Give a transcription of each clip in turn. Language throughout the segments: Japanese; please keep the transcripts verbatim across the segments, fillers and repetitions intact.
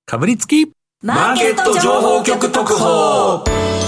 かぶりつきマーケット情報局特報。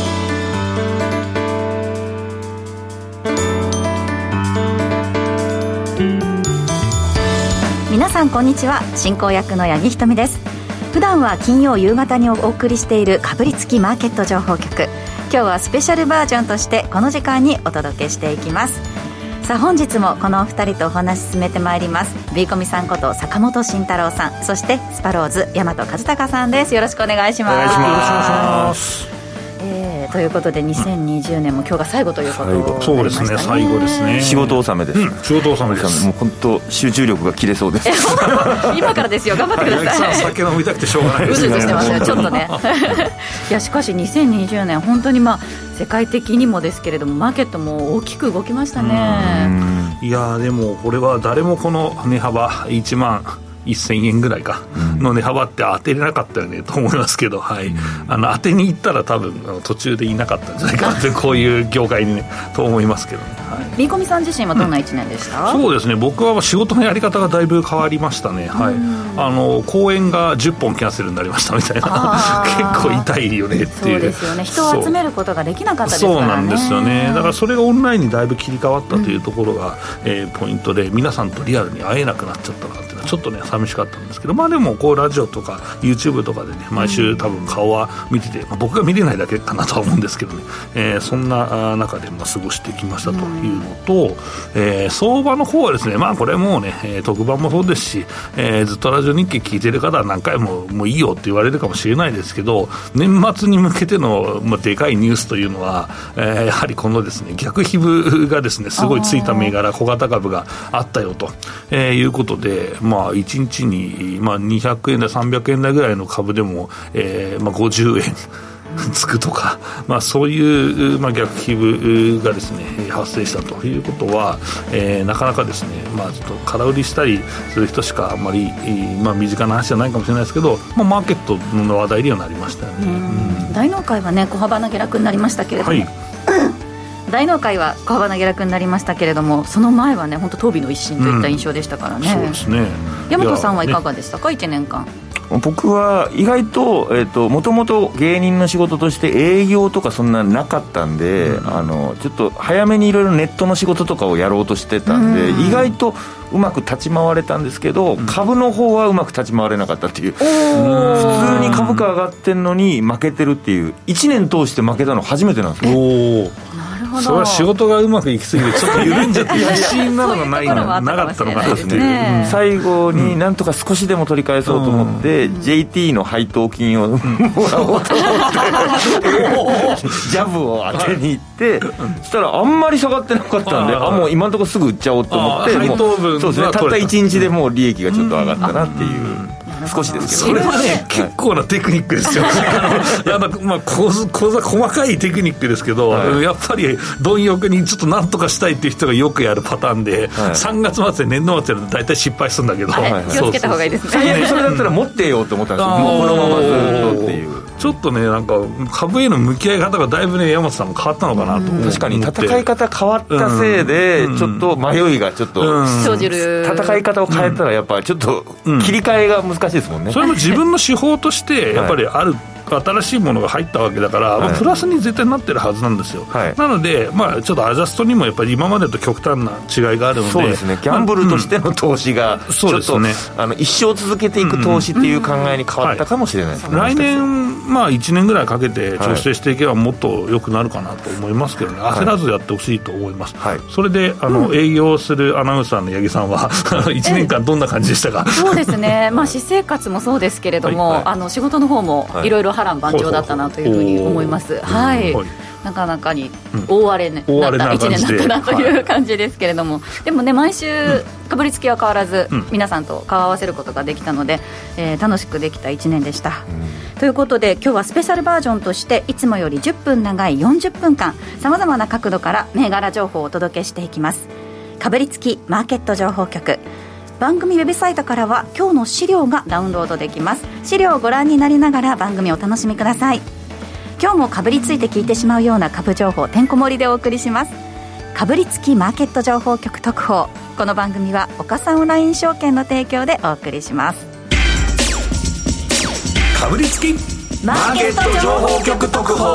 皆さんこんにちは、進行役の八木ひとみです。普段は金曜夕方にお送りしているかぶりつきマーケット情報局、今日はスペシャルバージョンとしてこの時間にお届けしていきます。さあ本日もこのお二人とお話進めてまいります。 B コミさんこと坂本慎太郎さん、そしてスパローズ大和和孝さんです。よろしくお願いします。 お願いします。 えー、ということでにせんにじゅうねんも今日が最後ということになりましたね。 そうですね、最後ですね。 仕事納めです、うん、 仕事納めです。 もう本当集中力が切れそうです。 今からですよ、頑張ってください。 八木さん酒飲みたくてしょうがないですね。 うずうずしてますよちょっとねいやしかしにせんにじゅうねん本当にまあ世界的にもですけれどもマーケットも大きく動きましたね。 いやでもこれは誰もこの値幅いちまんせんえんぐらいかの値幅って当てれなかったよねと思いますけど、はい、あの当てに行ったら多分途中でいなかったんじゃないかなってこういう業界にねと思いますけどね。はい、 ビーコミさん自身はどんないちねんでした？ うん、そうですね、僕は仕事のやり方がだいぶ変わりましたね。はい、あの講演がじゅっぽんキャンセルになりましたみたいな結構痛いよねっていう。 そうですよね、人を集めることができなかったですからね。 そうなんですよね。だからそれがオンラインにだいぶ切り替わったというところが、うんえー、ポイントで皆さんとリアルに会えなくなっちゃったなっていうのはちょっとね寂しかったんですけど、まあでもこうラジオとか YouTube とかでね毎週多分顔は見てて、まあ、僕が見れないだけかなとは思うんですけどね、えー、そんな中でまあ過ごしてきましたというのと、えー、相場の方はですね、まあこれもうね、えー、特番もそうですし、えー、ずっとラジオ日経聞いてる方は何回ももういいよって言われるかもしれないですけど、年末に向けての、まあ、でかいニュースというのは、えー、やはりこのですね逆皮膚がですねすごいついた銘柄小型株があったよと、えー、いうことで、まあいちにちに、まあ、にひゃくえん台さんびゃくえん台ぐらいの株でも、えーまあ、ごじゅうえんつくとか、まあ、そういう、まあ、逆皮膚がですね発生したということは、えー、なかなかですね、まあ、ちょっと空売りしたりする人しかあんまり、まあ、身近な話じゃないかもしれないですけど、まあ、マーケットの話題にはなりましたよね。 うん、大納会はね小幅な下落になりましたけれども、はい大納会は小幅な下落になりましたけれども、その前はね本当当美の一新といった印象でしたからね。 うん、そうですね。 大和さんはいかがでしたか、ね、いちねんかん。 僕は意外と、えーと、もともと芸人の仕事として営業とかそんななかったんで、うん、あのちょっと早めにいろいろネットの仕事とかをやろうとしてたんで、うん、意外とうまく立ち回れたんですけど、うん、株の方はうまく立ち回れなかったっていう、普通に株価上がってんのに負けてるっていう、いちねん通して負けたの初めてなんですよ。 おそれは仕事がうまくいきすぎてちょっと緩んじゃって自信なのがないなかったのかなですね。 うん、最後になんとか少しでも取り返そうと思って、うん、ジェイティー の配当金をもらおうと思ってジャブを当てに行って、はい、そしたらあんまり下がってなかったんで、あもう今のところすぐ売っちゃおうと思って、もうそうですね、たったいちにちでもう利益がちょっと上がったなっていう、うん、少しですけど、 それはね、はい、結構なテクニックですよ。いや、まあ、講座細かいテクニックですけど、はい、やっぱり貪欲にちょっとなんとかしたいっていう人がよくやるパターンで、はい、さんがつ末で年度末やると大体失敗するんだけど、 はいはい、気をつけた方がいいですね。 最悪それだったら持ってよと思ったんですよ。もうこのままずっとっていう、 ちょっとねなんか株への向き合い方がだいぶね山本さんも変わったのかなと思って、 確かに戦い方変わったせいで、うん、ちょっと迷いがちょっと生じる、 戦い方を変えたらやっぱりちょっと切り替えが難しいですもんね。 うん、それも自分の手法としてやっぱりある、はい、新しいものが入ったわけだから、はい、まあ、プラスに絶対なってるはずなんですよ。はい、なので、まあ、ちょっとアジャストにもやっぱり今までと極端な違いがあるので、 そうですね、ギャンブルとしての投資がちょっと、うん、ね、あの一生続けていく投資っていう考えに変わったかもしれないですね。 来年、まあ、いちねんぐらいかけて調整していけばもっと良くなるかなと思いますけどね、はい、焦らずやってほしいと思います。はい、それであの、うん、営業するアナウンサーの八木さんはいちねんかんどんな感じでしたか？ そうですね、まあ、私生活もそうですけれども、はいはい、あの仕事の方もいろいろ波乱万丈だったなというふうに思います。はい、はい、なかなかに大荒れになったいちねんだったなという感じですけれども、はい、でもね毎週かぶりつきは変わらず、うん、皆さんと顔を合わせることができたので、えー、楽しくできたいちねんでした。うん、ということで今日はスペシャルバージョンとしていつもよりじゅっぷん長いよんじゅっぷんかんさまざまな角度から銘柄情報をお届けしていきます。かぶりつきマーケット情報局、番組ウェブサイトからは今日の資料がダウンロードできます。資料をご覧になりながら番組をお楽しみください。今日もかぶりついて聞いてしまうような株情報てんこ盛りでお送りします。かぶりつきマーケット情報局特報。この番組は岡三オンライン証券の提供でお送りします。 かぶりつきマーケット情報局特報。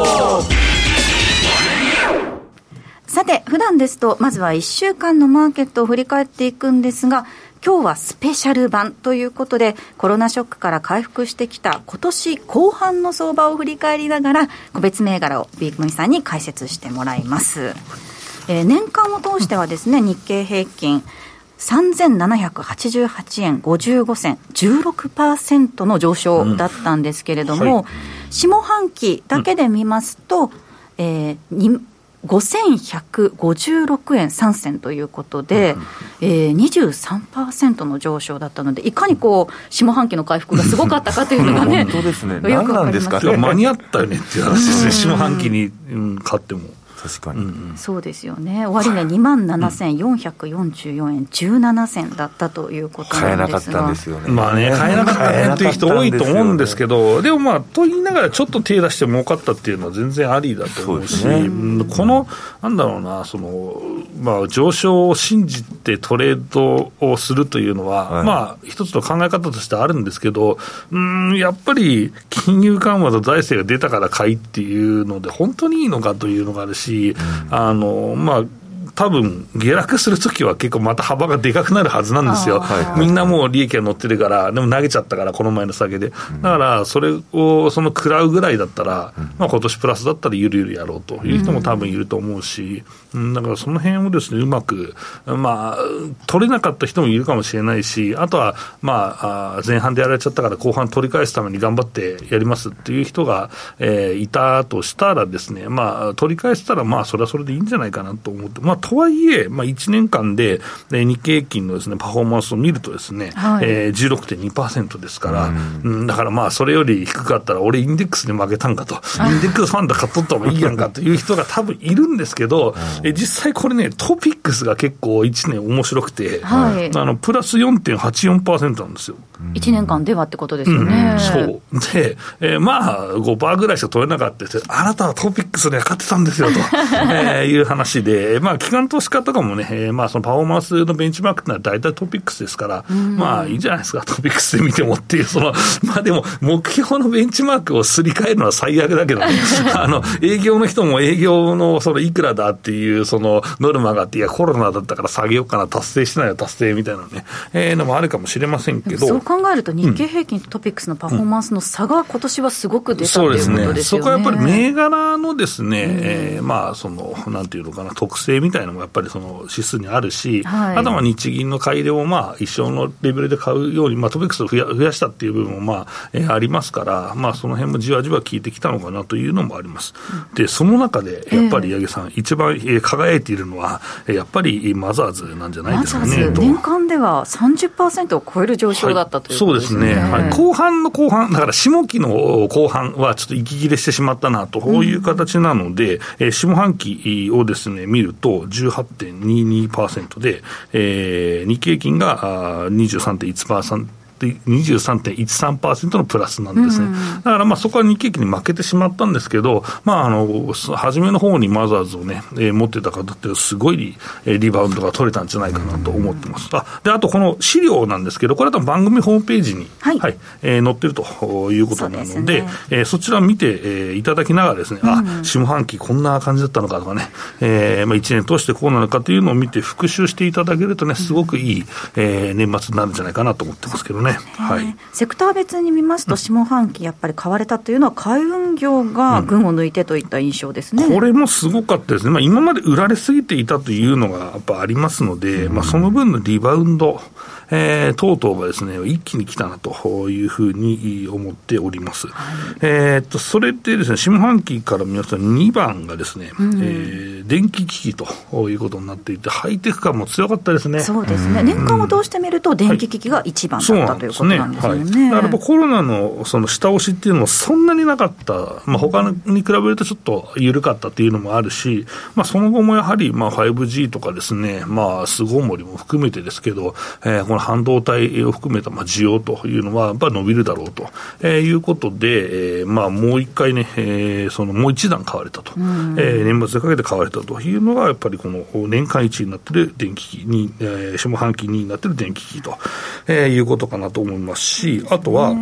さて普段ですとまずはいっしゅうかんのマーケットを振り返っていくんですが、今日はスペシャル版ということでコロナショックから回復してきた今年後半の相場を振り返りながら個別銘柄をビームさんに解説してもらいます。えー、年間を通してはですね、日経平均さんぜんななひゃくはちじゅうはちえんごじゅうごせん じゅうろくパーセント の上昇だったんですけれども、うんはい、下半期だけで見ますと、うんえー、ごせんひゃくごじゅうろくえんさんせんということで、うんえー、にじゅうさんパーセント の上昇だったので、いかにこう下半期の回復がすごかったかというのがね本当ですね。 何なんですかね。間に合ったよねっていう話ですね。下半期に、うん、勝っても確かに、うんうん、 そうですよね。終値、ね、にまんななせんよんひゃくよんじゅうよんえんじゅうななせんだったということなんですが、買えなかったんですよね。 まあね、買えなかったねっていう人多いと思うんですけど、でもまあと言いながらちょっと手出して儲かったっていうのは全然ありだと思うし、う、ね、このなんだろうな、そのまあ上昇を信じてトレードをするというのは、はい、まあ一つの考え方としてあるんですけど、うん、やっぱり金融緩和と財政が出たから買いっていうので本当にいいのかというのがあるし、うん、あのまあ多分下落するときは結構また幅がでかくなるはずなんですよ。みんなもう利益が乗ってるから、でも投げちゃったからこの前の下げで、だからそれをその食らうぐらいだったら、まあ今年プラスだったらゆるゆるやろうという人も多分いると思うし、うん、だからその辺をですねうまくまあ取れなかった人もいるかもしれないし、あとはまあ前半でやられちゃったから後半取り返すために頑張ってやりますっていう人が、えー、いたとしたらですね、まあ取り返したらまあそれはそれでいいんじゃないかなと思って、まあとはいえ、まあ、いちねんかんで日経平均のですねパフォーマンスを見るとですね、はいえー、じゅうろくてんにパーセント ですから、うん、だからまあそれより低かったら俺インデックスで負けたんかと、インデックスファンド買っとった方がいいやんかという人が多分いるんですけど、え実際これねトピックスが結構いちねん面白くて、はい、あのプラス よんてんはちよんパーセント なんですよ。 いちねんかんではってことですよね、 うん、そうで、えー、まあ ごパーセント ぐらいしか取れなかったです。あなたはトピックスで買ってたんですよと、えー、いう話で、まあ機関投資家とかもね、えー、まあそのパフォーマンスのベンチマークってのは大体トピックスですから、うん、まあいいじゃないですかトピックスで見てもっていう、そのまあでも目標のベンチマークをすり替えるのは最悪だけどねあの営業の人も営業のそのいくらだっていうそのノルマがあって、いやコロナだったから下げようかな、達成してないよ達成みたいなね、えー、のもあるかもしれませんけど、 そう考えると日経平均とトピックスのパフォーマンスの差が今年はすごく出たということですよね。そうですね。そこはやっぱり銘柄のですね、うんえー、まあそのなんていうのかな、特性みたいなのもやっぱりその指数にあるし、はい、あとは日銀の買い入れをまあ一緒のレベルで買うように、まあ、トピックスを増や、増やしたっていう部分もまあ、えー、ありますから、まあその辺もじわじわ効いてきたのかなというのもあります。うん、でその中でやっぱり八木さん、えー、一番、えー、輝いているのはやっぱりマザーズなんじゃないですかね。マザーズ年間では さんじゅっパーセント を超える上昇だったということですね。はい、そうですね。はい、後半の後半だから下期の後半はちょっと息切れしてしまったなとこういう形なので、うんえー、下半期をですね見ると じゅうはちてんににパーセント で、えー、日経平均が にじゅうさんてんいちパーセントにじゅうさんてんいちさんパーセント のプラスなんですね、うん、だからまあそこは日経平均に負けてしまったんですけど、まあ、あの初めの方にマザーズをね、えー、持ってた方ってすごいリバウンドが取れたんじゃないかなと思ってます。あであとこの資料なんですけど、これは番組ホームページに、はいはいえー、載ってるということなの で, そ, で、ねえー、そちらを見て、えー、いただきながらですね、うん、あ下半期こんな感じだったのかとかね、えーまあ、いちねん通してこうなのかというのを見て復習していただけるとねすごくいい、えー、年末になるんじゃないかなと思ってますけどね。はい、 セクター別に見ますと下半期やっぱり買われたというのは海運業が群を抜いてといった印象ですね、 うん、これもすごかったですね、まあ、今まで売られすぎていたというのがやっぱありますので、うんまあ、その分のリバウンド、えー、等々がですね一気に来たなというふうに思っております、はいえー、っとそれでですね下半期から皆さんにばんがですね、うんえー、電気機器ということになっていてハイテク感も強かったですね。 そうですね、年間を通してみると電気機器がいちばんだった、はい、ということなんですよね。はい、 だからコロナのその下押しっていうのもそんなになかった、まあ、他に比べるとちょっと緩かったっていうのもあるし、まあ、その後もやはりまあ ファイブジー とかですね、まあ、巣ごもりも含めてですけど、えー、このの半導体を含めたまあ需要というのはやっぱり伸びるだろうと、えー、いうことで、えーまあ、もう一回ね、えー、そのもう一段買われたと、えー、年末でかけて買われたというのがやっぱりこの年間いちいになっている電気機に、えー、下半期にいになっている電気機と、えー、いうことかなと思いますし、あとは、うん、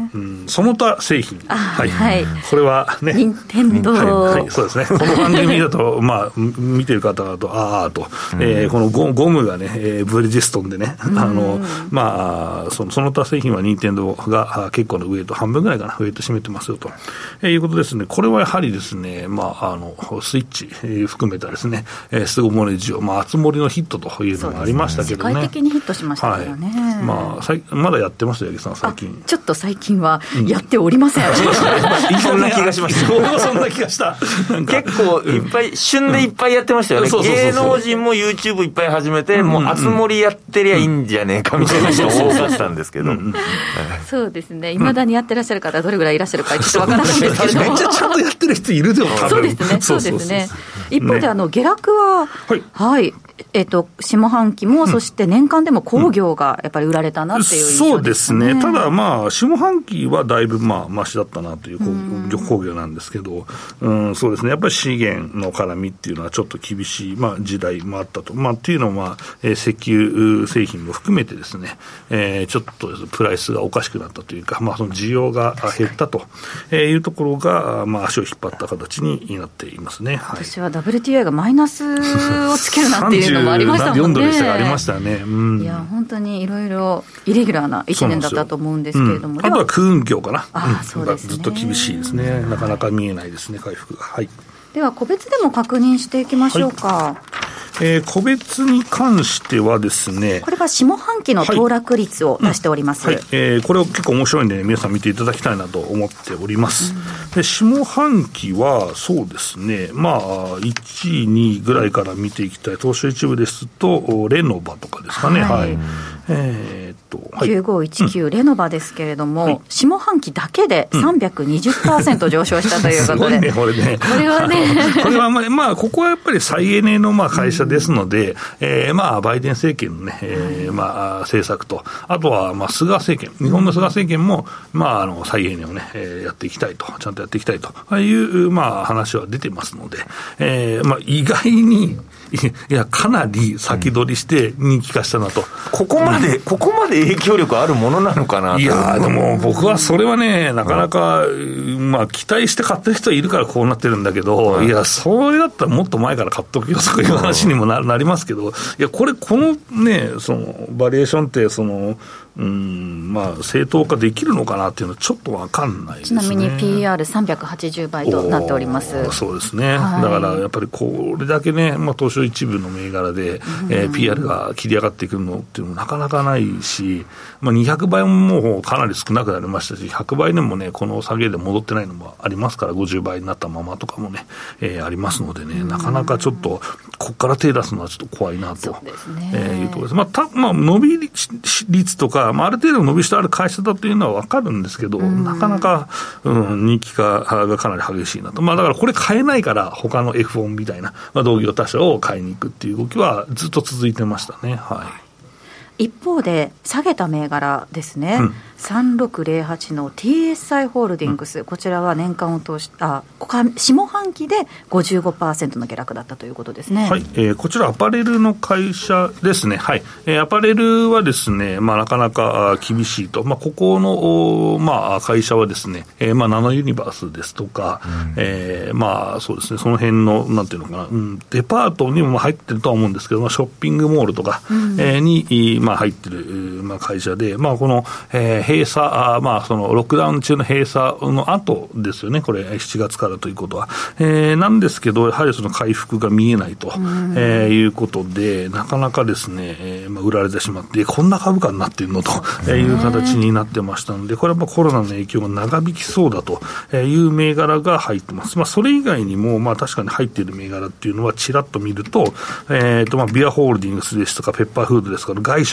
その他製品、はいはい、これはね任天堂、 はいはい、そうですね、この番組だと、まあ、見てる方だとああと、うんえー、この ゴ, ゴムがね、えー、ブリヂストンでね、あのまあ、そのその他製品は任天堂が結構のウエイト半分ぐらいかなウエイト占めてますよと、えー、いうことですね。これはやはりですね、まあ、あのスイッチ、えー、含めたですね、えー、巣ごもり需要、まあ、熱盛のヒットというのがありましたけどね、 世界的にヒットしましたからね、 はいまあ、まだやってますよ八木さん最近。 ちょっと最近はやっておりません、うん、 そんな気がしましたそんな気がした結構いっぱい、うん、旬でいっぱいやってましたよね、うん、芸能人も YouTube いっぱい始めて、うん、もう熱盛やってりゃいいんじゃねえかみたいな人多かったんですけど、うん、 そうですね、いまだにやってらっしゃる方どれぐらいいらっしゃるかちょっとわからないんですけどめっちゃちゃんとやってる人いるでも多分そうですね、そうですね。一方であの下落は、はい、はいえー、と下半期も、うん、そして年間でも工業がやっぱり売られたなっていう印象ですね、 うん、そうですね。ただまあ下半期はだいぶまあマシだったなという工業なんですけど、うん、そうですね、やっぱり資源の絡みっていうのはちょっと厳しい、まあ、時代もあったと、まあ、っていうのは、えー、石油製品も含めてですね、えー、ちょっとプライスがおかしくなったというか、まあ、その需要が減ったというところが、まあ、足を引っ張った形になっていますね、はい、 私は ダブリューティーアイ がマイナスをつけるなっていうのもありましたもんね。 よんドルでしたがありましたね、うん、 いや本当にいろいろイレギュラーないちねんだったと思うんですけれども、 うん、あとは空運業かな、 あ、そうですね、 ずっと厳しいですね、なかなか見えないですね回復が、はい、 では個別でも確認していきましょうか、はいえー、個別に関してはですね、 これは下半期の騰落率を出しております、 はいうんはいえー、これを結構面白いんで、ね、皆さん見ていただきたいなと思っております、うん、で下半期はそうですね、まあいちいにいぐらいから見ていきたい。東証一部ですとレノバとかですかね、はいはいえー、っとはい、 きゅうごいちきゅう、うん、レノバですけれども、はい、下半期だけで さんびゃくにじゅっパーセント 上昇したということで、うん、すごいねこれねこれはねこれはまあ、まあ、ここはやっぱり再エネのまあ会社ですので、うんえーまあ、バイデン政権の、ねえーまあ、政策と、あとはまあ菅政権、日本の菅政権も、まあ、あの再エネを、ねえー、やっていきたいと、ちゃんとやっていきたいという、まあ、話は出てますので、えーまあ、意外にいやかなり先取りして人気化したなと、うん、 ここまで、うん、ここまで影響力あるものなのかなと。 いやでも僕はそれはねなかなか、まあ、期待して買ってる人はいるからこうなってるんだけど、うん、いやそれだったらもっと前から買っとくよという話にも な, なりますけど、いやこれこのねそのバリエーションってそのうんまあ、正当化できるのかなっていうのはちょっと分かんないですね。 ちなみに ピーイーアールさんびゃくはちじゅう 倍となっております。 そうですね、はい、だからやっぱりこれだけね、まあ、東証一部の銘柄で、うんえー、ピーイーアール が切り上がってくるのっていうのもなかなかないし、まあ、にひゃくばいももうかなり少なくなりましたし、ひゃくばいでもねこの下げで戻ってないのもありますから、ごじゅうばいになったままとかもね、えー、ありますのでね、なかなかちょっとここから手出すのはちょっと怖いなと、そうですね、えー、いうところです。まあたまあ、伸び率とか、まあ、ある程度伸びしてある会社だというのは分かるんですけど、なかなか、うん、人気化がかなり激しいなと、まあ、だからこれ買えないから他の エフワン みたいな、まあ、同業他社を買いに行くっていう動きはずっと続いてましたね、はい、 一方で下げた銘柄ですね、うん、さんろくゼロはちの ティーエスアイ ホールディングス、うん、こちらは年間を通しあ下半期で ごじゅうごパーセント の下落だったということですね。 はい、えー、こちらアパレルの会社ですね、はいえー、アパレルはですね、まあ、なかなか厳しいと、まあ、ここの、まあ、会社はですね、えーまあ、ナノユニバースですとか、うんえーまあ、そうですね、その辺のなんていうのかな、うん、デパートにも入ってるとは思うんですけど、まあ、ショッピングモールとか、うんえー、に、まあ、入ってる、まあ、会社で、まあ、この、えー閉鎖、あまあ、そのロックダウン中の閉鎖の後ですよね、これしちがつからということは、えー、なんですけど、やはりその回復が見えないと、えー、いうことで、なかなかですね、えーまあ、売られてしまって、こんな株価になっているのという形になってましたので、これはまあコロナの影響が長引きそうだという銘柄が入ってます。まあ、それ以外にも、まあ、確かに入っている銘柄っていうのはちらっと見ると、えーとまあ、ビアホールディングスですとかペッパーフードですとか外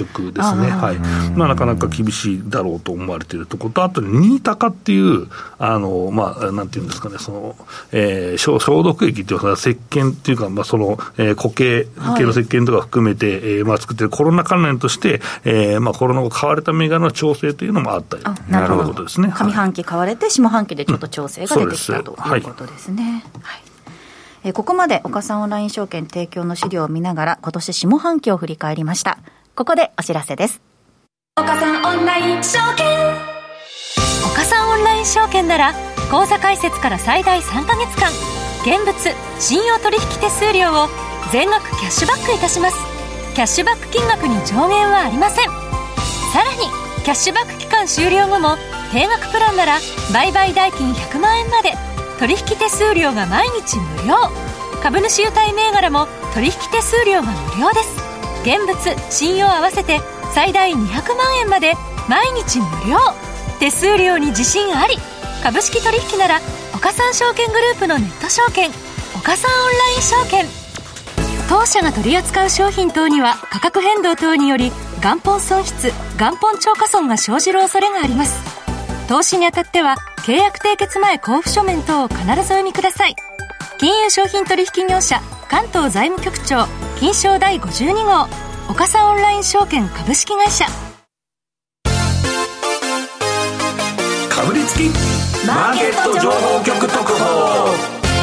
食ですね、はい、まあ、なかなか厳しいだろうと思われているところと、あと新高っていうあの、まあ、なんていうんですかね、その、えー、消, 消毒液っていうか石鹸っていうか、まあ、その、えー、固形系の石鹸とか含めて、はい、えーまあ、作っているコロナ関連として、えーまあ、コロナ後買われた銘柄の調整というのもあったりということですね。 上半期買われて下半期でちょっと調整が出てきた、うん、ということですね、はい。えー、ここまで岡さんオンライン証券提供の資料を見ながら今年下半期を振り返りました。ここでお知らせです。 岡さんオンライン証券、 岡さんオンライン証券なら口座開設から最大さんかげつかん現物信用取引手数料を全額キャッシュバックいたします。キャッシュバック金額に上限はありません。さらにキャッシュバック期間終了後も定額プランなら売買代金ひゃくまんえんまで取引手数料が毎日無料。株主優待銘柄も取引手数料が無料です。現物信用合わせて最大にひゃくまんえんまで毎日無料。手数料に自信あり。株式取引なら岡三証券グループのネット証券岡三オンライン証券。当社が取り扱う商品等には価格変動等により元本損失元本超過損が生じる恐れがあります。投資にあたっては契約締結前交付書面等を必ずお読みください。金融商品取引業者関東財務局長金商第ごじゅうに号岡三オンライン証券株式会社。 かぶりつきマーケット情報局特報。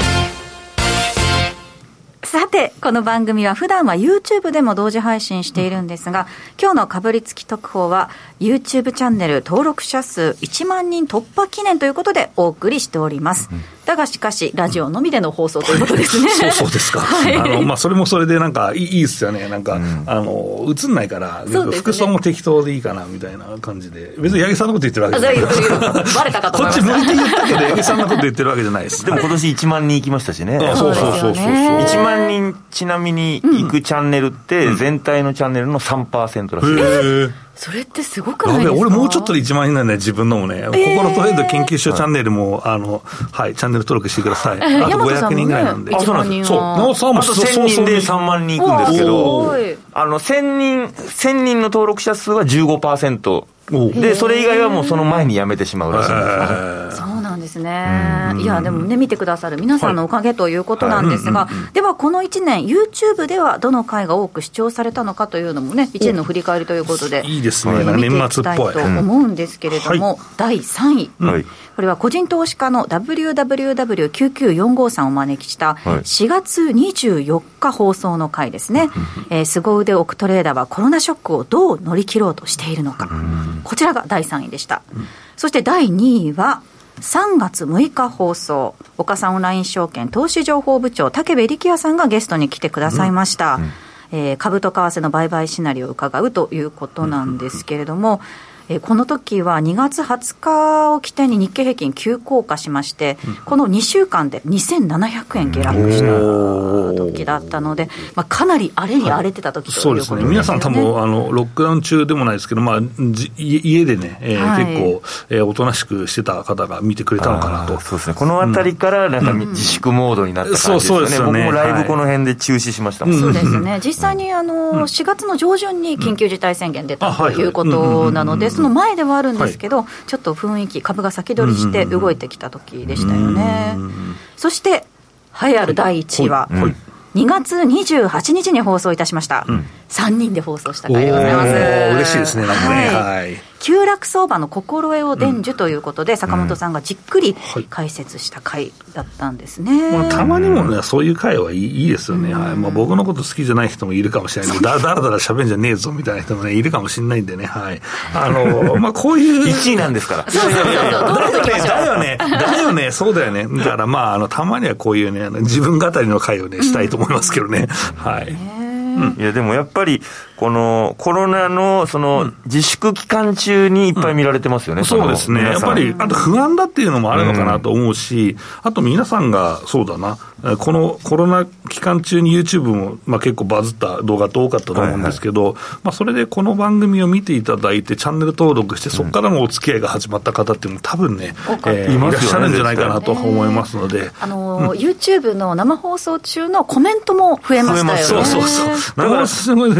さてこの番組は普段は YouTube でも同時配信しているんですが、今日のかぶりつき特報は YouTube チャンネル登録者数いちまんにん突破記念ということでお送りしております、うん、だがしかしラジオのみでの放送ということですねそうそうですか、はい、あのまあ、それもそれでなんかいいですよね。なんか、うん、あの映んないから、ね、服装も適当でいいかなみたいな感じで、別に八木さんのこと言ってるわけじゃないバレたかと思いましたこっち向いて言ったけど八木さんのこと言ってるわけじゃないですでも今年いちまんにん行きましたしね。 そうそうそうそうそう。 いちまんにんちなみに行くチャンネルって全体のチャンネルの さんパーセント らしいです、 うん、 それってすごくないですか。 俺もうちょっとでいちまんにんなんで自分のもね、えー、心トレンド研究所チャンネルも、あの、はい、チャンネル登録してください。 えー、 あとごひゃくにんぐらいなんで。 いちまんにんはそう。そう。あとせんにんでさんまんにん行くんですけど、あの、せんにん、せんにんの登録者数は じゅうごパーセント。で、それ以外はもうその前にやめてしまうらしいんですよね。 そうなんですね。いや、でもね、見てくださる皆さんのおかげということなんですが、ではこのいちねん YouTube ではどの回が多く視聴されたのかというのもね、いちねんの振り返りということで、 いいですね、 見ていきたいと思うんですけれども、だいさんい、はい、これは個人投資家の ダブリューダブリューダブリューきゅうきゅうよんご さんをお招きしたしがつにじゅうよっか放送の回ですね。えー、凄腕億トレーダーはコロナショックをどう乗り切ろうとしているのか、こちらがだいさんいでした、うん、そしてだいにいはさんがつむいか放送、岡さんオンライン証券投資情報部長武部力也さんがゲストに来てくださいました、うんうん、えー、株と為替の売買シナリオを伺うということなんですけれども、えー、この時はにがつはつかを起点に日経平均急降下しまして、うん、このにしゅうかんでにせんななひゃくえん下落した時だったので、まあ、かなり荒れに荒れてた時ということですよね。 そうですね、皆さん多分あのロックダウン中でもないですけど、まあ、じ家でね、えーはい、結構、えー、おとなしくしてた方が見てくれたのかなと。 そうですね、このあたりからなんか自粛モードになった感じですよね、うん、そうそうですよね。僕もライブこの辺で中止しましたもん、 はい、そうですね、実際にあのしがつの上旬に緊急事態宣言出たということなので、その前ではあるんですけど、はい、ちょっと雰囲気株が先取りして動いてきた時でしたよね。そして栄えあるだいいちいは、はいはい、にがつにじゅうはちにちに放送いたしました、うん、さんにんで放送した回でございます。 嬉しいですね、なんかね、 はいはい、急落相場の心得を伝授ということで、うん、坂本さんがじっくり解説した回だったんですね、 まあ、たまにもねそういう回はいい、いいですよね、はい、まあ、僕のこと好きじゃない人もいるかもしれないけど、だらだら喋んじゃねえぞみたいな人もねいるかもしれないんでね、はい、あのまあこういういちいなんですからそうそうそうそうだよねだよねそうだよね、だからまあ、あのたまにはこういうね自分語りの回をねしたいと思いますけどね、うん、はい、 うん、いやでもやっぱりこのコロナのその自粛期間中にいっぱい見られてますよね、 うん、そうですね、やっぱりあと不安だっていうのもあるのかなと思うし、うん、あと皆さんがそうだな、このコロナ期間中に YouTube も、まあ、結構バズった動画って多かったと思うんですけど、はいはい、まあ、それでこの番組を見ていただいてチャンネル登録してそこからのお付き合いが始まった方っていうのも多分ね、うん、えー、いらっしゃるんじゃないかなと思いますので、 えーあのーうん、YouTube の生放送中のコメントも増えましたよね。 そうそうそう、生放送すごい増えましたね。 仕事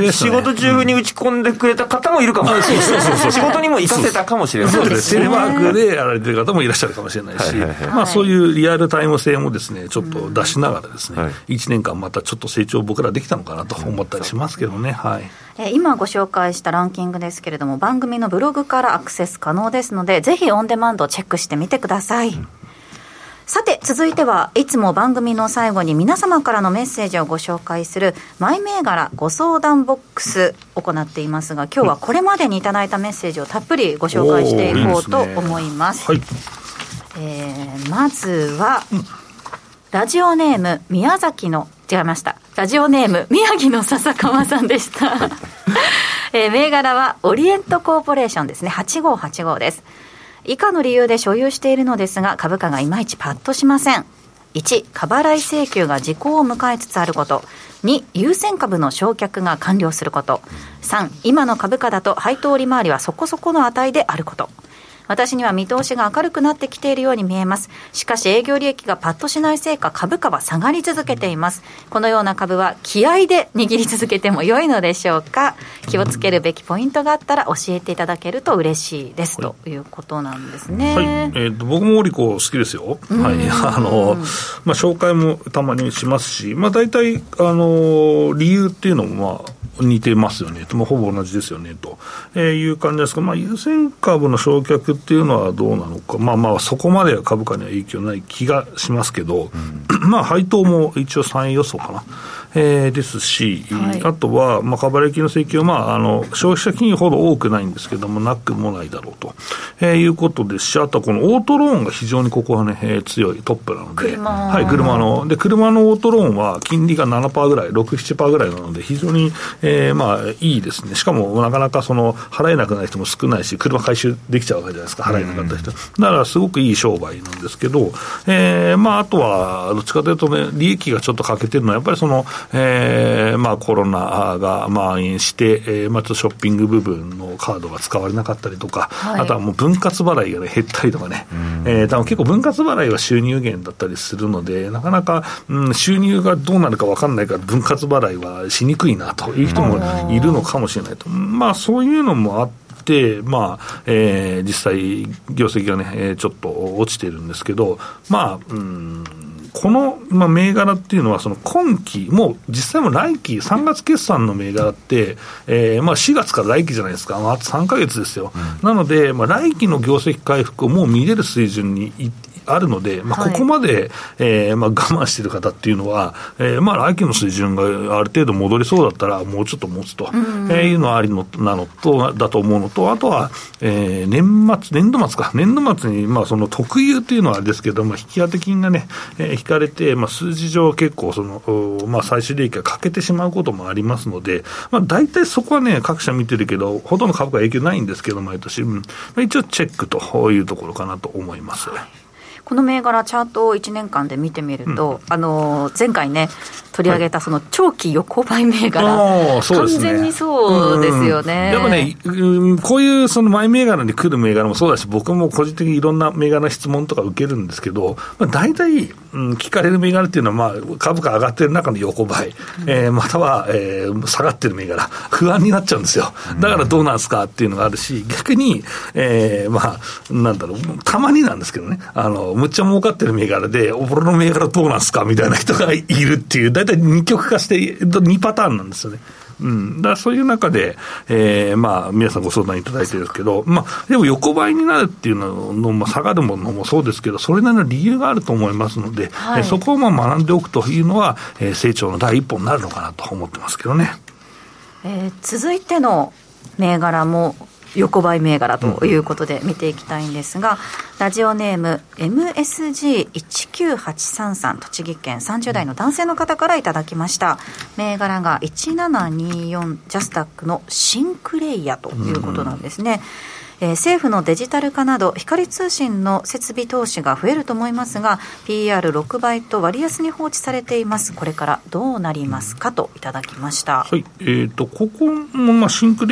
事中に打ち込んでくれた方もいるかもしれない。仕事にも活かせたかもしれない。 そうですね。テレワークでやられてる方もいらっしゃるかもしれないし、はいはいはい、まあ、そういうリアルタイム性もですね、ちょっと出しながらですね、はい、いちねんかんまたちょっと成長僕らできたのかなと思ったりしますけどね。はい。 え今ご紹介したランキングですけれども、番組のブログからアクセス可能ですので、ぜひオンデマンドをチェックしてみてください。うん、さて続いてはいつも番組の最後に皆様からのメッセージをご紹介するマイ銘柄ご相談ボックスを行っていますが、今日はこれまでにいただいたメッセージをたっぷりご紹介していこうと思います。いいですね。はい。えー、まずは、うん、ラジオネーム宮崎の違いましたラジオネーム宮城の笹川さんでした、えー、銘柄はオリエントコーポレーションですね。はちごうはちごです。以下の理由で所有しているのですが、株価がいまいちパッとしません。いち、過払い請求が時効を迎えつつあること。に、優先株の償却が完了すること。さん、今の株価だと配当利回りはそこそこの値であること。私には見通しが明るくなってきているように見えます。しかし営業利益がパッとしないせいか株価は下がり続けています。このような株は気合で握り続けても良いのでしょうか。気をつけるべきポイントがあったら教えていただけると嬉しいです、はい、ということなんですね。 はい、えー、と僕もオリコ好きですよ。はい、あのまあ、紹介もたまにしますし、まあ、大体あの理由っていうのもまあ似てますよねと、まあ、ほぼ同じですよねと、えー、いう感じですが、まあ、優先株の償却っていうのはどうなのか、まあまあそこまでは株価には影響ない気がしますけど、うん、まあ配当も一応さんい予想かな、えー、ですし、はい、あとは、まあ、過払い金の請求は、まあ、あの消費者金融ほど多くないんですけどもなくもないだろうと、えー、いうことですし、あとはこのオートローンが非常にここはね、えー、強いトップなので、車、はい、車ので車のオートローンは金利が ななパーセント ぐらい ろく、ななパーセント ぐらいなので非常に、えー、まあいいですね。しかもなかなかその払えなくない人も少ないし、車回収できちゃうわけじゃないですか、払えなかった人、うん、だからすごくいい商売なんですけど、えー、まああとはどっちかというとね、利益がちょっと欠けてるのはやっぱりその、えー、まあコロナが蔓延して、えー、まあちょっとショッピング部分のカードが使われなかったりとか、はい、あとはもう分割払いが、ね、減ったりとかね、うん、えー、多分結構分割払いは収入源だったりするので、なかなか、うん、収入がどうなるか分かんないから分割払いはしにくいなという人もいるのかもしれないと、まあそういうのもあってでまあえー、実際業績がね、えー、ちょっと落ちてるんですけど、まあうんこの、まあ、銘柄っていうのはその今期もう実際も来期さんがつ決算の銘柄って、えーまあ、しがつから来期じゃないですか、まあ、あとさんかげつですよ、うん、なので、まあ、来期の業績回復をもう見れる水準にいあるので、まあ、ここまで、はい、えーまあ、我慢している方っていうのは、えーまあ、来期の水準がある程度戻りそうだったらもうちょっと持つと、うんえー、いうのはありのなのとだと思うのと、あとは、えー、年末年度末か年度末に、まあ、その特有っていうのはあれですけど、まあ、引き当て金がね、えー、引かれて、まあ、数字上結構その、まあ、最終利益が欠けてしまうこともありますので、まあ、大体そこはね各社見てるけどほとんど株価影響ないんですけど毎年、うん、一応チェックというところかなと思います。 この銘柄チャートをいちねんかんで見てみると、うん、あの前回ね取り上げたその長期横ばい銘柄、はい、完全にそうですよね、 うん、やっぱね、うん、こういうそのマイ銘柄に来る銘柄もそうだし、僕も個人的にいろんな銘柄の質問とか受けるんですけど、まあ、大体、うん、聞かれる銘柄っていうのは、まあ、株価上がってる中の横ばい、うんえー、または、えー、下がってる銘柄不安になっちゃうんですよ。だからどうなんですかっていうのがあるし、逆に、えー、まあなんだろう、たまになんですけどね、あのむっちゃ儲かってる銘柄でおぼろの銘柄どうなんすかみたいな人がいるっていう、だいたい二極化してにパターンなんですよね。うん、だからそういう中で、えー、まあ皆さんご相談いただいてるんですけど、まあでも横ばいになるっていうのの、まあ、下がるものもそうですけど、それなりの理由があると思いますので、はい、えー、そこをまあ学んでおくというのは、えー、成長の第一歩になるのかなと思ってますけどね。 えー、続いての銘柄も横ばい銘柄ということで見ていきたいんですが、うん、ラジオネーム エムエスジーいちきゅうはちさんさん 栃木県さんじゅう代の男性の方からいただきました。銘柄がいちななによんジャスタックのシンクレイヤということなんですね。うんえー、政府のデジタル化など光通信の設備投資が増えると思いますが ピーアールろく 倍と割安に放置されています。これからどうなりますかといただきました。 はい、えーと、ここもまあシンクレイヤー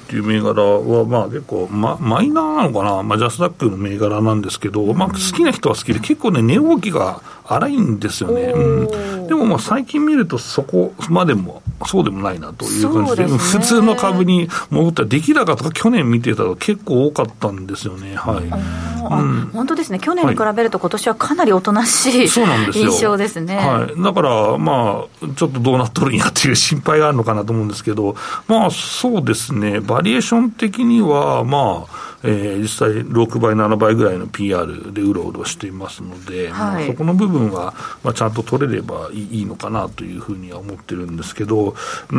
っていう銘柄は、まあ、結構、ま、マイナーなのかな、まあ、ジャスダックの銘柄なんですけど、うん、まあ、好きな人は好きで、結構ね、値動きが荒いんですよね、うん、でもまあ最近見ると、そこまでもそうでもないなという感じで、で、ね、普通の株に戻ったら、出来高とか去年見てたら結構多かったんですよね、はい、 うん、本当ですね、去年に比べると、今年はかなりおとなしい、そうなんですよ、印象ですね、 はい、だから、まあ、ちょっとどうなっとるんやっていう心配があるのかなと思うんですけど、まあ、そうですね、バリエーション的には、まあ、えー、実際ろくばいななばいぐらいの ピーアール でうろうろしていますので、はい、まあ、そこの部分は、まあ、ちゃんと取れればいいのかなというふうには思ってるんですけど、うん、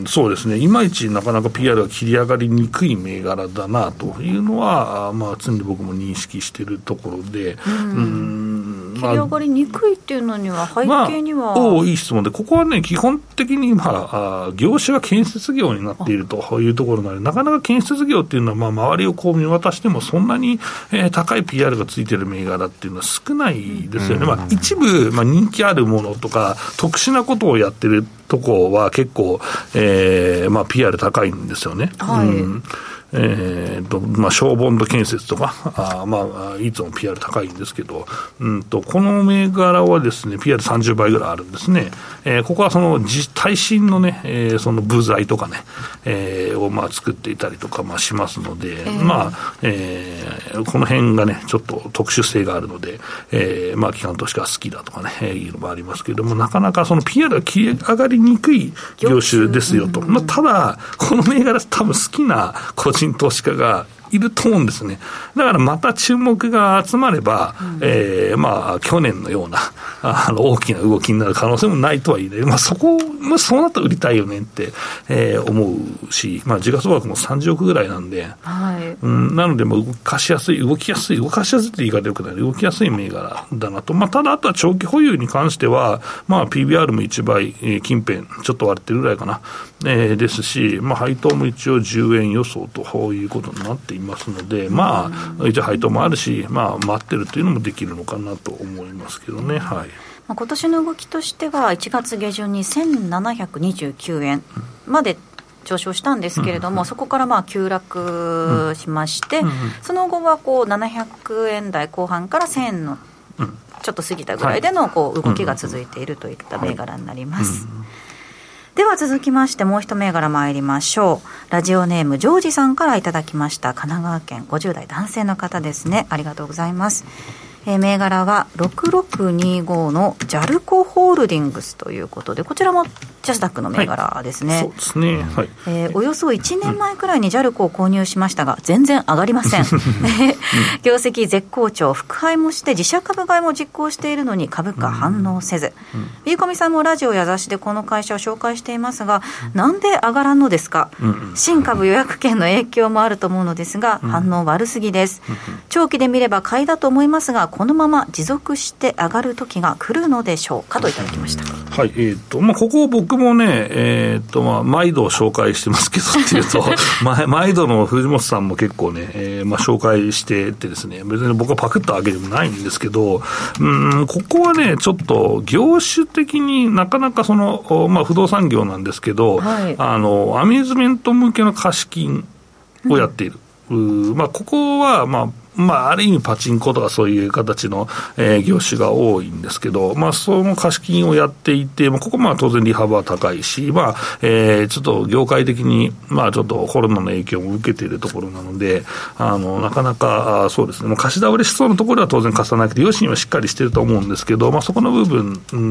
そうですね、いまいちなかなか ピーアール が切り上がりにくい銘柄だなというのは、まあ、常に僕も認識しているところで、うん、うん、 切り上がりにくいっていうのには、背景には、 まあ、おいい質問で、ここはね、基本的に、まあ、あ業種が建設業になっているというところなので、なかなか建設業っていうのは、まあ、周りをこう見渡しても、そんなに、えー、高い ピーアール がついている銘柄っていうのは少ないですよね、まあ、一部、まあ、人気あるものとか、特殊なことをやってるとこは結構、えーまあ、ピーアール 高いんですよね。はい、うん、えーとまあ、小ボンド建設とか、あ、まあ、いつも ピーアール 高いんですけど、うんと、この銘柄はですね、ピーアールさんじゅうばいぐらいあるんですね。えー、ここはその耐震のね、えー、その部材とかね、えー、をまあ作っていたりとかまあしますので、えー、まあ、えー、この辺がね、ちょっと特殊性があるので、えー、まあ、機関投資家が好きだとかね、えー、いうのもありますけれども、なかなかその ピーアール が切り上がりにくい業種ですよと。まあ、ただ、この銘柄多分好きな個人投資家がいると思うんですね。だからまた注目が集まれば、うん、えー、まあ去年のようなあの大きな動きになる可能性もないとは言えない、まあ、そこもそうなったら売りたいよねって、えー、思うし、まあ、時価総額もさんじゅうおくぐらいなんで、はい、うん、なのでもう動かしやすい動きやすい動かしやすいって言い方よくない、動きやすい銘柄だなと、まあ、ただあとは長期保有に関しては、まあ、ピービーアール もいちばい、えー、近辺ちょっと割ってるぐらいかな、えー、ですし、まあ、配当も一応じゅうえん予想ということになっていますので、まあ、一応配当もあるし、まあ、待ってるというのもできるのかなと思いますけどね、はい、 今年の動きとしてはいちがつげじゅんにせんななひゃくにじゅうきゅうえんまで上昇したんですけれども、うん、そこからまあ急落しまして、うん、その後はこうななひゃくえん台後半からせんえんのちょっと過ぎたぐらいでのこう動きが続いているといった銘柄になります。では続きましてもう一銘柄参りましょう。ラジオネームジョージさんからいただきました。神奈川県ごじゅうだい男性の方ですね。ありがとうございます。えー、銘柄はろくろくにごのジャルコホールディングスということで、こちらもジャスダックの銘柄ですね。 はい、そうですね、はい、 えー、およそいちねんまえくらいにジャルコを購入しましたが全然上がりません業績絶好調、副配もして自社株買いも実行しているのに株価反応せず、ビーコミさんもラジオや雑誌でこの会社を紹介していますが、なんで上がらんのですか。新株予約権の影響もあると思うのですが反応悪すぎです。長期で見れば買いだと思いますが、このまま持続して上がる時が来るのでしょうか、といただきました。 はい、えーとまあ、ここを僕もね、えーとまあ、毎度紹介してますけどっていうと毎度の藤本さんも結構ね、えーまあ、紹介しててですね、別に僕はパクったわけでもないんですけど、うんここはねちょっと業種的になかなかその、まあ、不動産業なんですけど、はい、あのアミューズメント向けの貸金をやっている、うん、まあ、ここはまあまあ、ある意味パチンコとかそういう形の、えー、業種が多いんですけど、まあ、その貸金をやっていて、まあ、ここまあ当然利幅は高いし、まあえー、ちょっと業界的に、まあ、ちょっとコロナの影響も受けているところなので、あのなかなかそうですね、もう貸し倒れしそうなところは当然貸さなくて、余震はしっかりしていると思うんですけど、まあ、そこの部分、うん、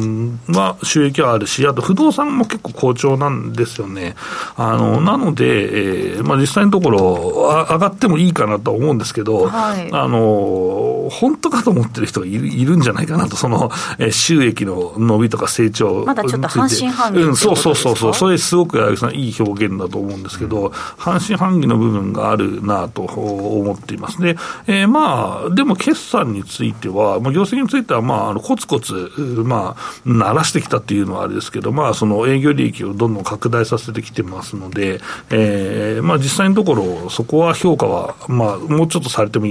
は収益はあるし、あと不動産も結構好調なんですよね。あのなので、えーまあ、実際のところ上がってもいいかなと思うんですけど、はい、あの本当かと思ってる人がい る, いるんじゃないかなと、その、えー、収益の伸びとか成長、 まだちょっと半信半疑、 うん、そうそうそうそう、それすごくいい表現だと思うんですけど、うん、半信半疑の部分があるなと思っています。で、えー、まあでも決算については、まあ、業績についてはまああのコツコツまあ慣らしてきたっていうのはあれですけど、まあその営業利益をどんどん拡大させてきてますので、えー、まあ実際のところそこは評価はまあもうちょっとされてもいいか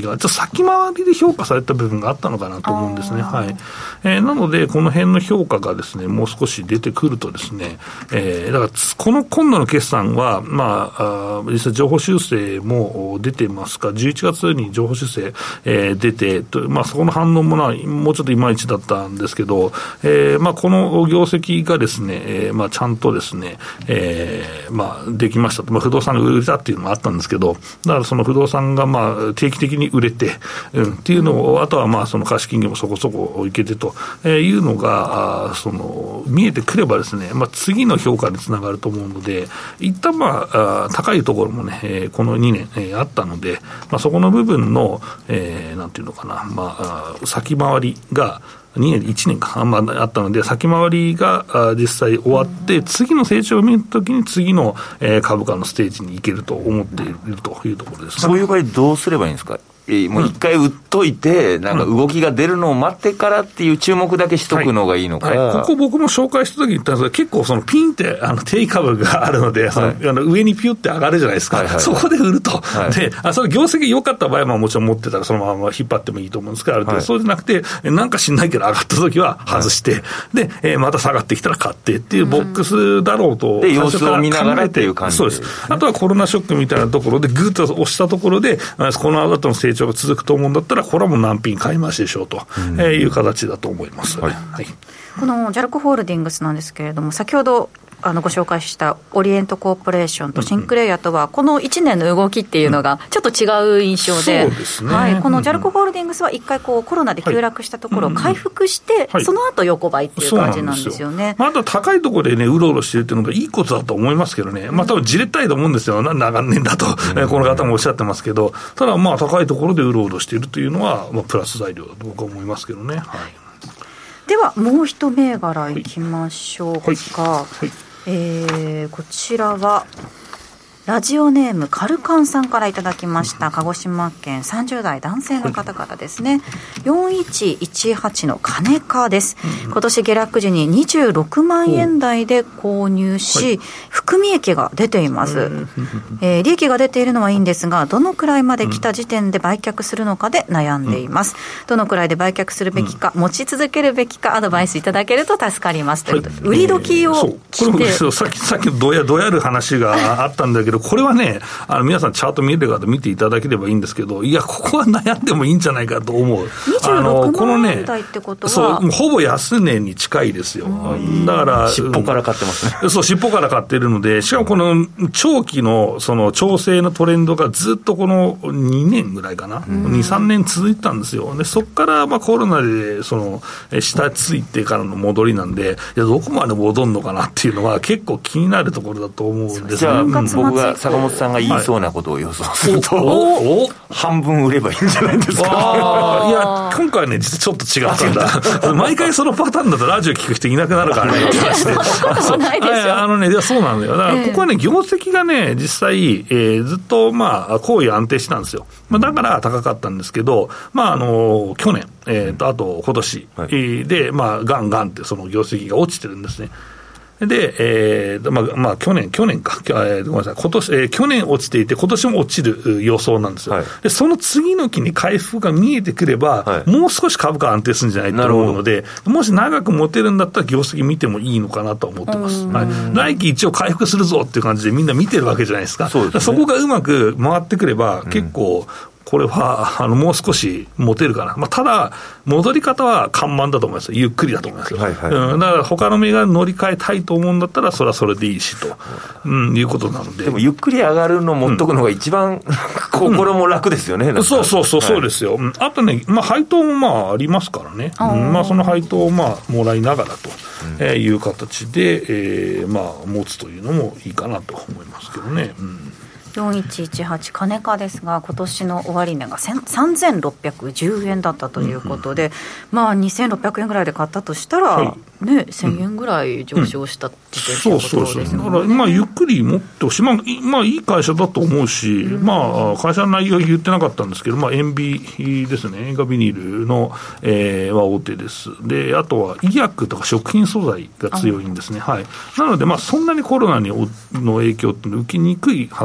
が、ちょっと先回りで評価された部分があったのかなと思うんですね。はい。えー、なので、この辺の評価がですね、もう少し出てくるとですね、えー、だから、この今度の決算は、まあ、あ実際情報修正も出てますか、じゅういちがつに情報修正、えー、出て、まあ、そこの反応もな、もうちょっといまいちだったんですけど、えー、まあ、この業績がですね、えー、まあ、ちゃんとですね、えー、まあ、できましたと。まあ、不動産が売れたっていうのもあったんですけど、だからその不動産がまあ定期的に売れて、うん、っていうのを、あとはまあその貸金利もそこそこいけてというのが、あその見えてくればですね、まあ、次の評価につながると思うので、一旦まあ、あ高いところもね、えー、このにねん、えー、あったので、まあ、そこの部分の、えー、なんていうのかな、まあ、先回りが、にねん、いちねんか、まあ、あったので、先回りが実際終わって、次の成長を見るときに、次の株価のステージに行けると思っているというところです。 そういう場合、どうすればいいんですか。もう一回売っといて、うん、なんか動きが出るのを待ってからっていう注目だけしとくのがいいのか、はいはい、 ここ僕も紹介したときに言ったんですが、結構そのピンってあの定位株があるので、はい、そのあの上にピュって上がるじゃないですか、はいはいはい、そこで売ると、はい、であその業績良かった場合はもちろん持ってたらそのまま引っ張ってもいいと思うんですけど、はい、そうじゃなくて、なんか知んないけど上がったときは外して、はい、で、えー、また下がってきたら買ってっていうボックスだろうと、 で様子を見ながらっていう感じです、ね、そうです。あとはコロナショックみたいなところでぐっと押したところで、この後の成長が続くと思うんだだったら、これはもう難品買い増しでしょうと、うん、いう形だと思います、はいはい、 この ジャルコホールディングスなんですけれども、先ほどあのご紹介したオリエントコーポレーションとシンクレイヤーとは、このいちねんの動きっていうのがちょっと違う印象で、 そうですね、 はい、この ジャルコホールディングスは一回こうコロナで急落したところを回復して、はい、その後横ばいっていう感じなんですよね。 まあ、あと高いところでね、うろうろしてるっていうのがいいことだと思いますけどね、まあ多分じれったいと思うんですよ、長年だと、うん、この方もおっしゃってますけど、ただまあ高いところでうろうろしているというのは、まあ、プラス材料だと僕は思いますけどね。はい、 ではもう一銘柄いきましょうか。はいはいはい、えー、こちらはラジオネームカルカンさんからいただきました。鹿児島県さんじゅう代男性の方々ですね。よんいちいちはちの金科です。今年下落時ににじゅうろくまんえん台で購入し、含み益が出ています、えー、利益が出ているのはいいんですが、どのくらいまで来た時点で売却するのかで悩んでいます。どのくらいで売却するべきか、持ち続けるべきかアドバイスいただけると助かりますということで、売り時を来て、 そう、さっきさっきどやどやる話があったんだけどこれはね、あの皆さんチャート見れる方見ていただければいいんですけど、いやここは悩んでもいいんじゃないかと思う。 にじゅうろくまんえん台ってことは、 そう、もうほぼ安値に近いですよ。だから尻尾から買ってますね。 そう、尻尾から買ってるので、しかもこの長期のその調整のトレンドがずっとこのにねんぐらいかな、にさんねん続いてたんですよ。でそこからまあコロナでその下ついてからの戻りなんで、いやどこまで戻るのかなっていうのは結構気になるところだと思うんですね。 じゃあ僕が坂本さんが言いそうなことを予想すると、はい、半分売ればいいんじゃないですか。 あいや今回ね実はちょっと違ったんだ毎回そのパターンだとラジオ聞く人いなくなるからねって話でそんなことないですよ。 あのね、いやそうなんだよ。だからここはね、業績がね実際、えー、ずっとまあ好意安定してたんですよ。まあ、だから高かったんですけど、まああの去年、えー、とあと今年、はい、でまあガンガンってその業績が落ちてるんですね。で、えーまあまあ、去年、去年か、えー、ごめんなさい、今年、えー、去年落ちていて、今年も落ちる予想なんですよ、はい、でその次の期に回復が見えてくれば、はい、もう少し株価安定するんじゃないと思うので、もし長く持てるんだったら、業績見てもいいのかなと思ってます、はい、来期一応回復するぞっていう感じで、みんな見てるわけじゃないですか、そうですね、そこがうまく回ってくれば、結構、うんこれはあのもう少し持てるかな、まあ、ただ、戻り方は緩慢だと思います、ゆっくりだと思いますよ、はいはいうん、だから他の銘柄乗り換えたいと思うんだったら、それはそれでいいしと、うん、いうことなので、 でもゆっくり上がるの持っとくのが一番、うん、心も楽ですよね、 うん、そうそうそう、そうですよ、はい、あとね、まあ、配当もまあありますからね、うんまあ、その配当をまあもらいながらと、うんえー、いう形で、えーまあ、持つというのもいいかなと思いますけどね。うんよんいちいちはち金科ですが、今年の終値がさんぜんろっぴゃくじゅうえんだったということで、うんうん、まあにせんろっぴゃくえんぐらいで買ったとしたら、はいね、せんえんぐらい上昇した時点ということですよね。 だからまあゆっくり持ってほしい、まあ、まあいい会社だと思うし、うんまあ、会社の内容は言ってなかったんですけど、まあ、塩ビですね、塩化ビニールの、えー、は大手です。であとは医薬とか食品素材が強いんですね、はい、なので、まあ、そんなにコロナにの影響って受けにくいはずなので、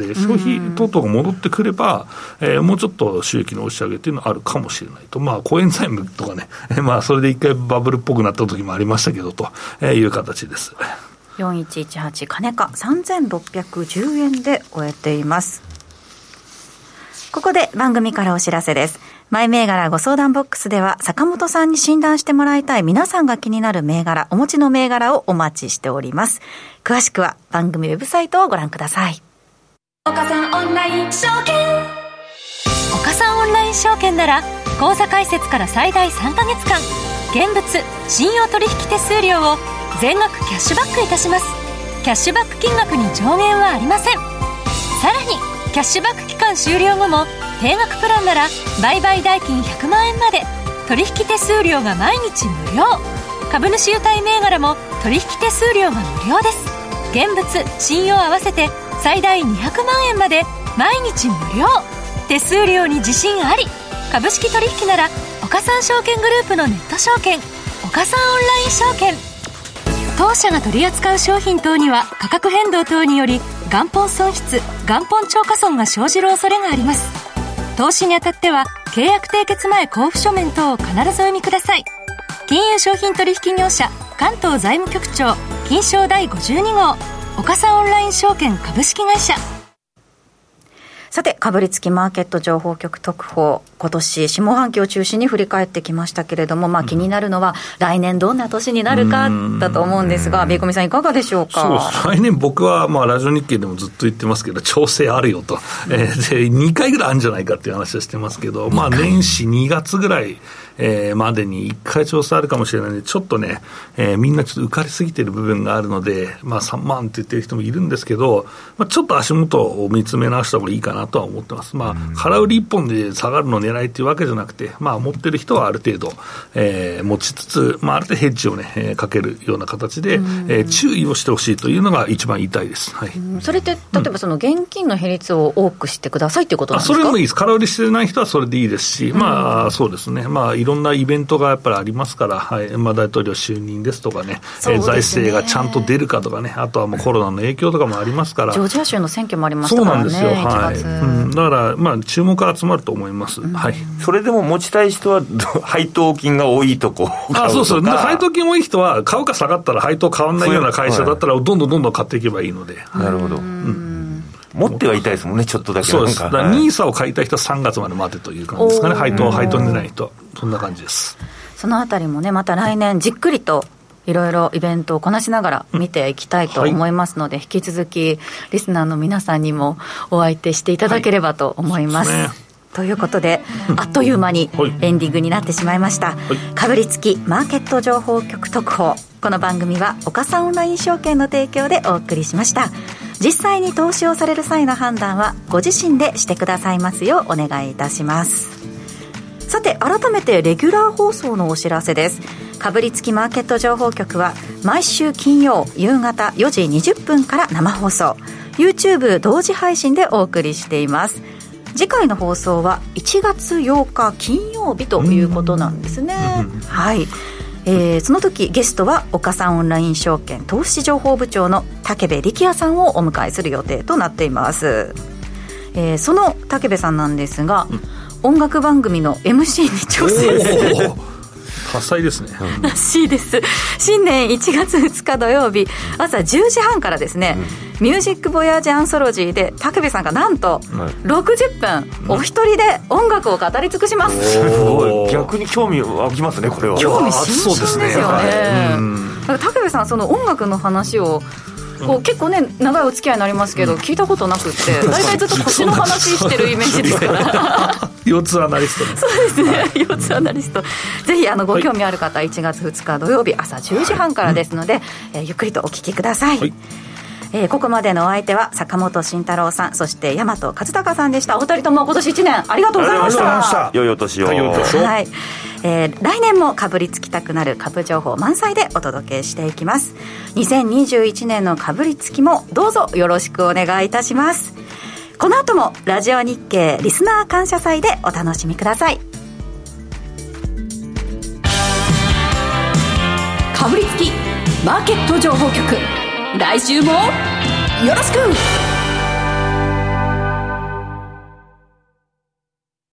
で、消費等々が戻ってくれば、えー、もうちょっと収益の押し上げというのはあるかもしれないと、まあ、コエンザイムとかね、まあ、それで一回バブルっぽくなった時もありましたけどという形です。 よんいちいちはち金価さんぜんろっぴゃくじゅうえんで終えています。ここで番組からお知らせです。マイ銘柄ご相談ボックスでは坂本さんに診断してもらいたい皆さんが気になる銘柄、お持ちの銘柄をお待ちしております。詳しくは番組ウェブサイトをご覧ください。 岡さんオンライン証券。岡さんオンライン証券なら口座開設から最大さんかげつかん現物信用取引手数料を全額キャッシュバックいたします。キャッシュバック金額に上限はありません。さらにキャッシュバック期間終了後も定額プランなら売買代金ひゃくまんえんまで取引手数料が毎日無料。株主優待銘柄も取引手数料が無料です。現物信用合わせて最大にひゃくまんえんまで毎日無料。手数料に自信あり。株式取引なら岡三証券グループのネット証券岡三オンライン証券。当社が取り扱う商品等には価格変動等により元本損失元本超過損が生じる恐れがあります。投資にあたっては契約締結前交付書面等を必ずお読みください。金融商品取引業者関東財務局長金商第ごじゅうに号岡三オンライン証券株式会社。 さて、かぶりつきマーケット情報局特報、今年下半期を中心に振り返ってきましたけれども、まあ、気になるのは来年どんな年になるかだと思うんですが、ベイコミさんいかがでしょうか。 そう、来年僕は、まあ、ラジオ日経でもずっと言ってますけど調整あるよと、えー、でにかいぐらいあるんじゃないかっていう話をしてますけど、まあ、年始にがつぐらいえー、までにいっかい調整あるかもしれないので、ちょっとね、えー、みんなちょっと浮かれすぎてる部分があるので、まあ、さんまんって言ってる人もいるんですけど、まあ、ちょっと足元を見つめ直した方がいいかなとは思ってます。まあ、空売り一本で下がるのを狙いっていうわけじゃなくて、まあ、持ってる人はある程度、えー、持ちつつ、まあ、ある程度ヘッジをね、えー、かけるような形で、えー、注意をしてほしいというのが一番言いたいです。はい、 それって例えばその現金の比率を多くしてくださいっていうことなんですか。 あ、それもいいです。空売りしてない人はそれでいいですし、まあ、そうですね。まあ、いろんなイベントがやっぱりありますから、はい、まあ、大統領就任ですとか ね, ね、えー、財政がちゃんと出るかとかね、あとはもうコロナの影響とかもありますから、 ジョージア州の選挙もありましたからね。 そうなんですよ、はい、うん、だから、まあ、注目が集まると思います、うん、はい、 それでも持ちたい人は配当金が多いとこあ、そうそう、配当金多い人は買うか下がったら配当変わらないような会社だったらどんどんどんどん買っていけばいいので、はい、 なるほど、うん、持ってはいたいですもんね、ちょっとだけ。 そうです。だからニーサを買いたい人はさんがつまで待てという感じですかね。配当配当でない人、そんな感じです。 そのあたりもね、また来年じっくりといろいろイベントをこなしながら見ていきたいと思いますので、うん、はい、引き続きリスナーの皆さんにもお相手していただければと思います、はい、ということで、あっという間にエンディングになってしまいました、はい、かぶりつきマーケット情報局特報。この番組は岡三オンライン証券の提供でお送りしました。実際に投資をされる際の判断はご自身でしてくださいますようお願いいたします。さて、改めてレギュラー放送のお知らせです。かぶりつきマーケット情報局は毎週金曜夕方よじにじゅっぷんから生放送、 YouTube 同時配信でお送りしています。次回の放送はいちがつようか金曜日ということなんですね。はい、えー、その時ゲストは岡三オンライン証券投資情報部長の武部力也さんをお迎えする予定となっています。えー、その武部さんなんですが、うん、音楽番組の エムシー に挑戦する多彩ですね、 らしいです。新年いちがつふつか土曜日朝じゅうじはんからですね、うん、ミュージックボヤージアンソロジーで武部さんがなんとろくじゅっぷんお一人で音楽を語り尽くします。 すごい、逆に興味湧きますね。これは興味津々ですよね。はい、武部さん、その音楽の話をこう結構ね長いお付き合いになりますけど、うん、聞いたことなくって大体ずっと腰の話してるイメージですから腰痛アナリストね。 そうですね、腰痛アナリスト、ぜひあのご興味ある方、はい、いちがつふつか土曜日朝じゅうじはんからですので、はい、えー、ゆっくりとお聞きください。はい、えー、ここまでのお相手は坂本慎太郎さん、そして大和和孝さんでした。お二人とも今年いちねんありがとうございました。 良いお年を。はい、 はい、えー、来年もかぶりつきたくなる株情報満載でお届けしていきます。にせんにじゅういちねんのかぶりつきもどうぞよろしくお願いいたします。この後もラジオ日経リスナー感謝祭でお楽しみください。かぶりつきマーケット情報局、来週もよろしく。